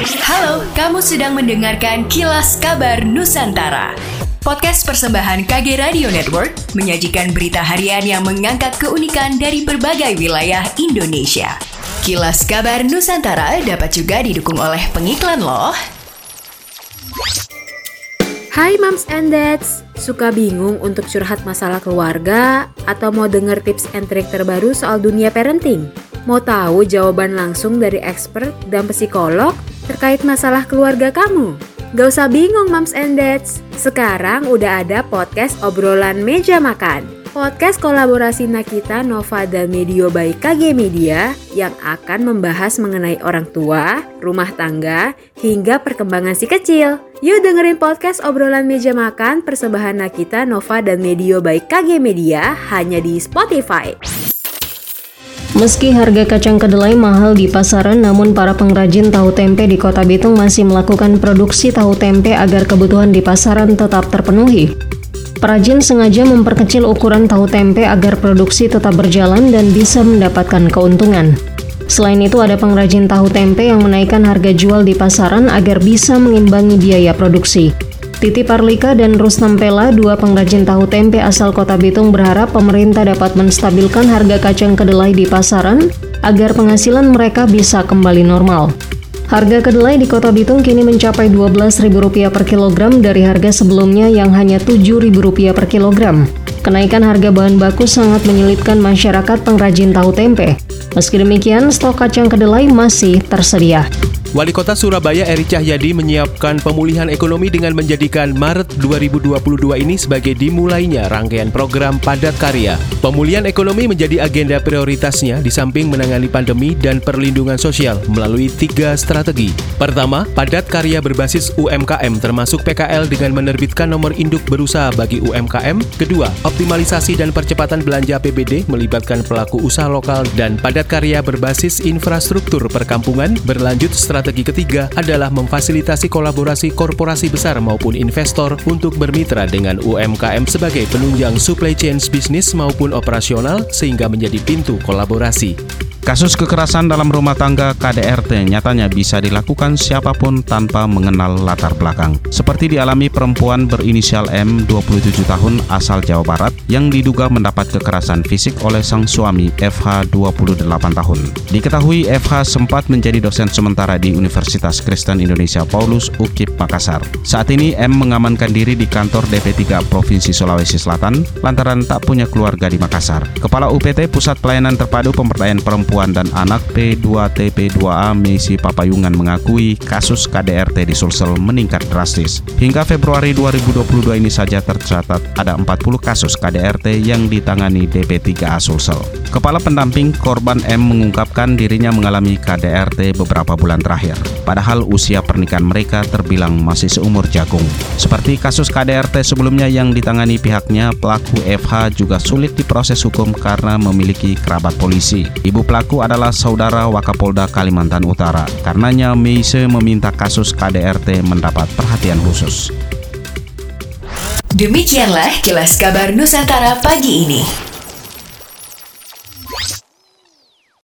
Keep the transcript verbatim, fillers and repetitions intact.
Halo, kamu sedang mendengarkan Kilas Kabar Nusantara. Podcast persembahan K G Radio Network menyajikan berita harian yang mengangkat keunikan dari berbagai wilayah Indonesia. Kilas Kabar Nusantara dapat juga didukung oleh pengiklan loh. Hai Moms and Dads, suka bingung untuk curhat masalah keluarga atau mau denger tips and trik terbaru soal dunia parenting? Mau tahu jawaban langsung dari expert dan psikolog terkait masalah keluarga kamu? Gak usah bingung Moms and Dads, sekarang udah ada podcast obrolan meja makan. Podcast kolaborasi Nakita, Nova, dan Medio by K G Media yang akan membahas mengenai orang tua, rumah tangga, hingga perkembangan si kecil. Yuk dengerin podcast obrolan meja makan persembahan Nakita, Nova, dan Medio by K G Media hanya di Spotify. Meski harga kacang kedelai mahal di pasaran, namun para pengrajin tahu tempe di Kota Bitung masih melakukan produksi tahu tempe agar kebutuhan di pasaran tetap terpenuhi. Perajin sengaja memperkecil ukuran tahu tempe agar produksi tetap berjalan dan bisa mendapatkan keuntungan. Selain itu, ada pengrajin tahu tempe yang menaikkan harga jual di pasaran agar bisa mengimbangi biaya produksi. Titi Parlika dan Rustam Pela, dua pengrajin tahu tempe asal Kota Bitung, berharap pemerintah dapat menstabilkan harga kacang kedelai di pasaran agar penghasilan mereka bisa kembali normal. Harga kedelai di Kota Bitung kini mencapai dua belas ribu rupiah per kilogram dari harga sebelumnya yang hanya tujuh ribu rupiah per kilogram. Kenaikan harga bahan baku sangat menyulitkan masyarakat pengrajin tahu tempe. Meski demikian, stok kacang kedelai masih tersedia. Wali Kota Surabaya Eri Cahyadi menyiapkan pemulihan ekonomi dengan menjadikan Maret dua ribu dua puluh dua ini sebagai dimulainya rangkaian program Padat Karya. Pemulihan ekonomi menjadi agenda prioritasnya di samping menangani pandemi dan perlindungan sosial melalui tiga strategi. Pertama, padat karya berbasis U M K M termasuk P K L dengan menerbitkan nomor induk berusaha bagi U M K M. Kedua, optimalisasi dan percepatan belanja A P B D melibatkan pelaku usaha lokal dan padat karya berbasis infrastruktur perkampungan. Berlanjut, strategi ketiga adalah memfasilitasi kolaborasi korporasi besar maupun investor untuk bermitra dengan U M K M sebagai penunjang supply chain bisnis maupun operasional sehingga menjadi pintu kolaborasi. Kasus kekerasan dalam rumah tangga K D R T nyatanya bisa dilakukan siapapun tanpa mengenal latar belakang. Seperti dialami perempuan berinisial M, dua puluh tujuh tahun, asal Jawa Barat, yang diduga mendapat kekerasan fisik oleh sang suami F H, dua puluh delapan tahun. Diketahui F H sempat menjadi dosen sementara di Universitas Kristen Indonesia Paulus U K I P Makassar. Saat ini M mengamankan diri di kantor D P tiga Provinsi Sulawesi Selatan lantaran tak punya keluarga di Makassar. Kepala U P T Pusat Pelayanan Terpadu Pemberdayaan Perempuan dan Anak P dua T P dua A Meisi Papayungan mengakui kasus K D R T di Sulsel meningkat drastis. Hingga Februari dua ribu dua puluh dua ini saja tercatat ada empat puluh kasus K D R T yang ditangani D P tiga A Sulsel. Kepala pendamping korban M mengungkapkan dirinya mengalami K D R T beberapa bulan terakhir, padahal usia pernikahan mereka terbilang masih seumur jagung. Seperti kasus K D R T sebelumnya yang ditangani pihaknya, pelaku F H juga sulit diproses hukum karena memiliki kerabat polisi. Ibu pelaku adalah saudara Wakapolda Kalimantan Utara. Karenanya Meise meminta kasus K D R T mendapat perhatian khusus. Demikianlah Kilas Kabar Nusantara pagi ini.